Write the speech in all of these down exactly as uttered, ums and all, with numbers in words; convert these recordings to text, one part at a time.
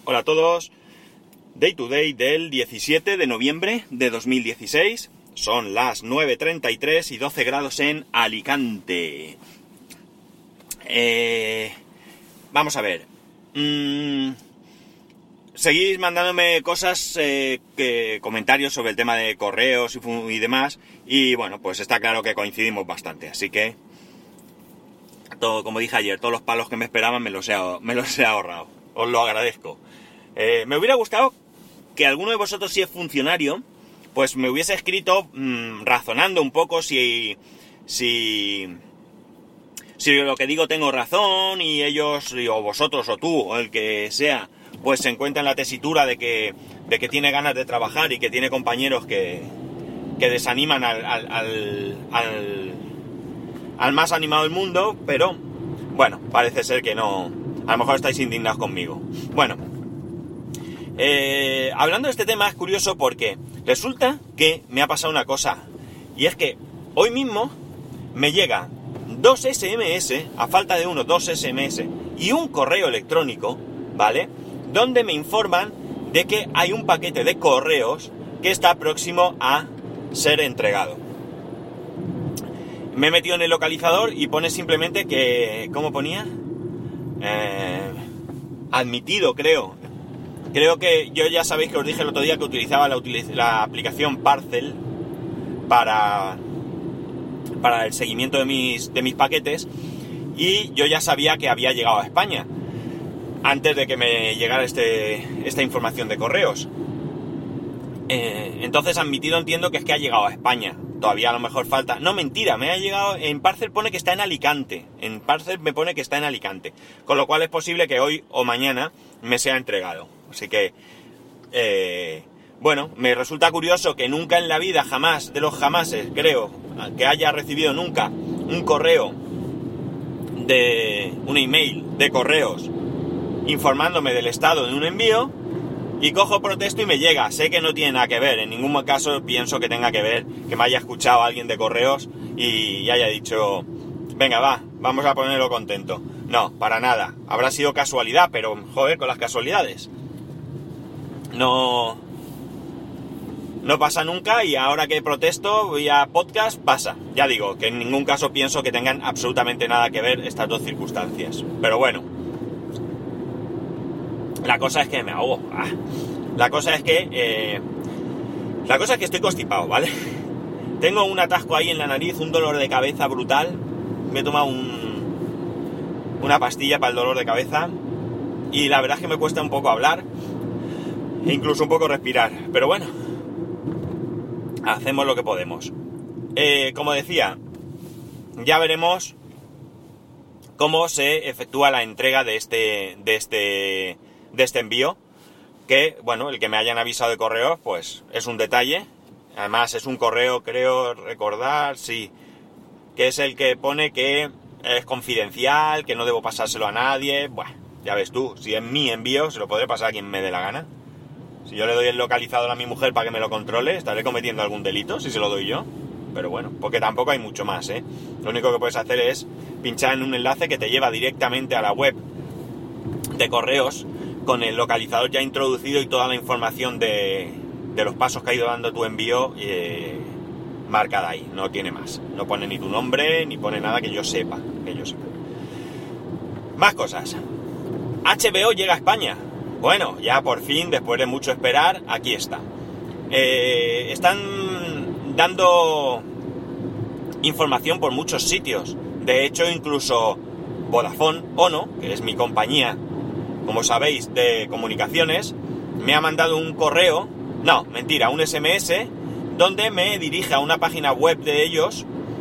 Hola a todos. Day to day del diecisiete de noviembre de dos mil dieciséis. Son las nueve treinta y tres y doce grados en Alicante. Eh, vamos a ver. Mm, seguís mandándome cosas, eh, que, comentarios sobre el tema de correos y, y demás. Y bueno, pues está claro que coincidimos bastante. Así que, todo, como dije ayer, todos los palos que me esperaban me los he, me los he ahorrado. Os lo agradezco. Eh, me hubiera gustado que alguno de vosotros, si es funcionario, pues me hubiese escrito mmm, razonando un poco si, si, si lo que digo tengo razón y ellos, o vosotros, o tú, o el que sea, pues se encuentra en la tesitura de que, de que tiene ganas de trabajar y que tiene compañeros que, que desaniman al, al, al, al, al más animado del mundo, pero bueno, parece ser que no, a lo mejor estáis indignados conmigo. Bueno. Eh, hablando de este tema es curioso porque resulta que me ha pasado una cosa, y es que hoy mismo me llega dos ese eme ese, a falta de uno, dos ese eme ese y un correo electrónico, ¿vale? Donde me informan de que hay un paquete de correos que está próximo a ser entregado. Me he metido en el localizador y pone simplemente que, ¿cómo ponía? Eh, admitido, creo. Creo que yo ya sabéis que os dije el otro día que utilizaba la, utiliz- la aplicación Parcel para, para el seguimiento de mis, de mis paquetes, y yo ya sabía que había llegado a España antes de que me llegara este, esta información de correos. Eh, entonces admitido entiendo que es que ha llegado a España. Todavía a lo mejor falta... No, mentira, me ha llegado... En Parcel pone que está en Alicante. En Parcel me pone que está en Alicante. Con lo cual es posible que hoy o mañana me sea entregado. Así que... Eh, bueno, me resulta curioso que nunca en la vida, jamás, de los jamases, creo, que haya recibido nunca un correo de... un email de correos informándome del estado de un envío. Y cojo, protesto y me llega. Sé que no tiene nada que ver. En ningún caso pienso que tenga que ver que me haya escuchado alguien de correos y haya dicho, venga, va, vamos a ponerlo contento. No, para nada. Habrá sido casualidad, pero joder con las casualidades. No... No pasa nunca, y ahora que protesto voy a podcast, pasa. Ya digo, que en ningún caso pienso que tengan absolutamente nada que ver estas dos circunstancias. Pero bueno. La cosa es que me ahogo. Ah. La cosa es que... Eh, la cosa es que estoy constipado, ¿vale? Tengo un atasco ahí en la nariz, un dolor de cabeza brutal. Me he tomado un, una pastilla para el dolor de cabeza. Y la verdad es que me cuesta un poco hablar. E incluso un poco respirar. Pero bueno. Hacemos lo que podemos. Eh, como decía, ya veremos cómo se efectúa la entrega de este... De este de este envío, que, bueno, el que me hayan avisado de correo, pues es un detalle. Además es un correo, creo recordar, sí, que es el que pone que es confidencial, que no debo pasárselo a nadie. Bueno, ya ves tú, si es mi envío, se lo podré pasar a quien me dé la gana. Si yo le doy el localizador a mi mujer para que me lo controle, estaré cometiendo algún delito si se lo doy yo. Pero bueno, porque tampoco hay mucho más, ¿eh? Lo único que puedes hacer es pinchar en un enlace que te lleva directamente a la web de correos, con el localizador ya introducido y toda la información de, de los pasos que ha ido dando tu envío eh, marcada ahí. No tiene más. No pone ni tu nombre, ni pone nada que yo sepa. Que yo sepa. Más cosas. H B O llega a España. Bueno, ya por fin, después de mucho esperar, aquí está. Eh, están dando información por muchos sitios. De hecho, incluso Vodafone Ono, que es mi compañía, como sabéis, de comunicaciones, me ha mandado un correo, no, mentira, un ese eme ese, donde me dirige a una página web de ellos,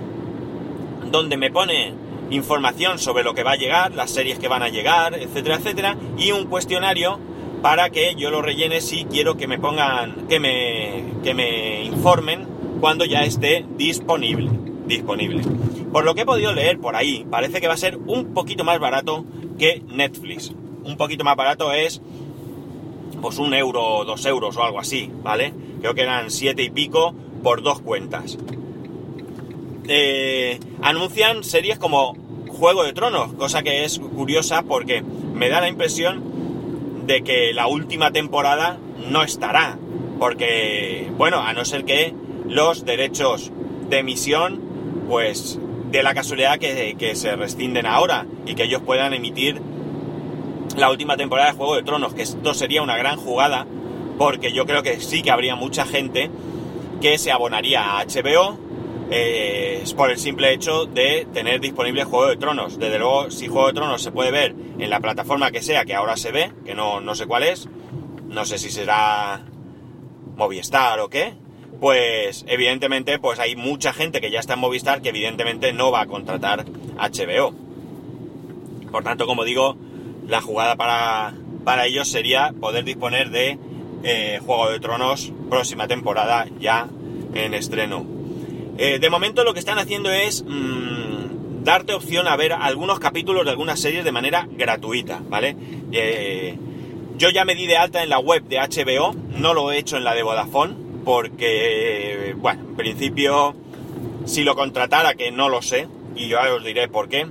donde me pone información sobre lo que va a llegar, las series que van a llegar, etcétera, etcétera, y un cuestionario para que yo lo rellene si quiero que me pongan, que me, que me informen cuando ya esté disponible, disponible. Por lo que he podido leer por ahí, parece que va a ser un poquito más barato que Netflix. Un poquito más barato es pues un euro o dos euros o algo así, ¿vale? Creo que eran siete y pico por dos cuentas. Eh, anuncian series como Juego de Tronos, cosa que es curiosa porque me da la impresión de que la última temporada no estará, porque, bueno, a no ser que los derechos de emisión, pues, de la casualidad que, que se rescinden ahora y que ellos puedan emitir la última temporada de Juego de Tronos, que esto sería una gran jugada, porque yo creo que sí que habría mucha gente que se abonaría a H B O eh, por el simple hecho de tener disponible Juego de Tronos. Desde luego, si Juego de Tronos se puede ver en la plataforma que sea, que ahora se ve, que no, no sé cuál es, no sé si será Movistar o qué, pues evidentemente pues hay mucha gente que ya está en Movistar que evidentemente no va a contratar H B O. Por tanto, como digo, la jugada para, para ellos sería poder disponer de eh, Juego de Tronos próxima temporada ya en estreno. Eh, de momento lo que están haciendo es mmm, darte opción a ver algunos capítulos de algunas series de manera gratuita, ¿vale? Eh, yo ya me di de alta en la web de H B O, no lo he hecho en la de Vodafone, porque, bueno, en principio, si lo contratara, que no lo sé, y yo ahora os diré por qué,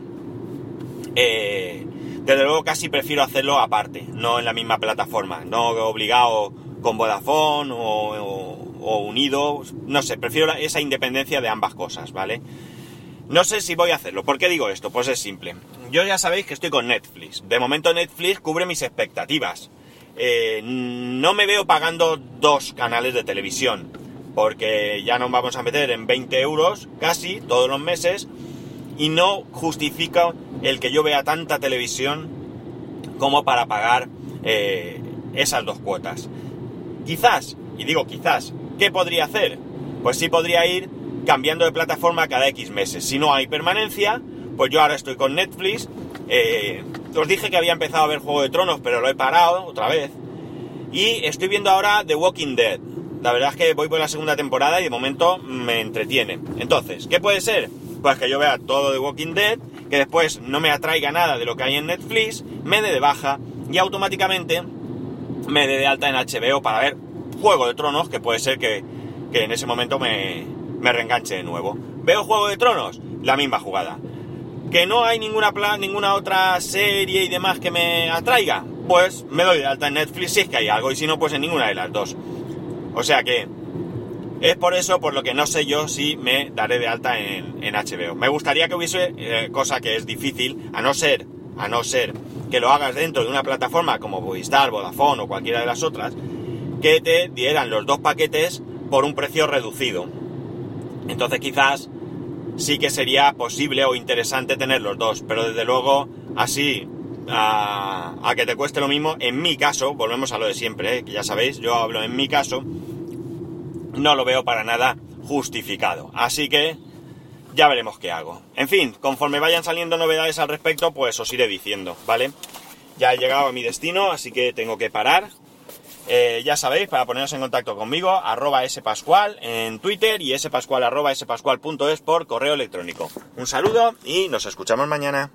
eh, desde luego casi prefiero hacerlo aparte, no en la misma plataforma, no obligado con Vodafone o, o, o unido, no sé, prefiero esa independencia de ambas cosas, ¿vale? No sé si voy a hacerlo. ¿Por qué digo esto? Pues es simple. Yo ya sabéis que estoy con Netflix. De momento Netflix cubre mis expectativas. Eh, no me veo pagando dos canales de televisión, porque ya nos vamos a meter en veinte euros casi todos los meses, y no justifica el que yo vea tanta televisión como para pagar eh, esas dos cuotas. Quizás, y digo quizás, ¿qué podría hacer? Pues sí podría ir cambiando de plataforma cada X meses. Si no hay permanencia, pues yo ahora estoy con Netflix. Eh, os dije que había empezado a ver Juego de Tronos, pero lo he parado otra vez. Y estoy viendo ahora The Walking Dead. La verdad es que voy por la segunda temporada y de momento me entretiene. Entonces, ¿qué puede ser? Pues que yo vea todo The Walking Dead, que después no me atraiga nada de lo que hay en Netflix, me dé de baja y automáticamente me dé de alta en H B O para ver Juego de Tronos, que puede ser que, que en ese momento me, me reenganche de nuevo. ¿Veo Juego de Tronos? La misma jugada. ¿Que no hay ninguna, plan, ninguna otra serie y demás que me atraiga? Pues me doy de alta en Netflix si es que hay algo, y si no, pues en ninguna de las dos. O sea que es por eso por lo que no sé yo si me daré de alta en, en H B O. Me gustaría que hubiese, eh, cosa que es difícil, a no ser, a no ser que lo hagas dentro de una plataforma como Movistar, Vodafone o cualquiera de las otras, que te dieran los dos paquetes por un precio reducido. Entonces quizás sí que sería posible o interesante tener los dos, pero desde luego así a, a que te cueste lo mismo, en mi caso, volvemos a lo de siempre, ¿eh? Que ya sabéis, yo hablo en mi caso, no lo veo para nada justificado. Así que ya veremos qué hago. En fin, conforme vayan saliendo novedades al respecto, pues os iré diciendo, ¿vale? Ya he llegado a mi destino, así que tengo que parar. Eh, ya sabéis, para poneros en contacto conmigo, arroba spascual en Twitter y spascual arroba spascual punto es por correo electrónico. Un saludo y nos escuchamos mañana.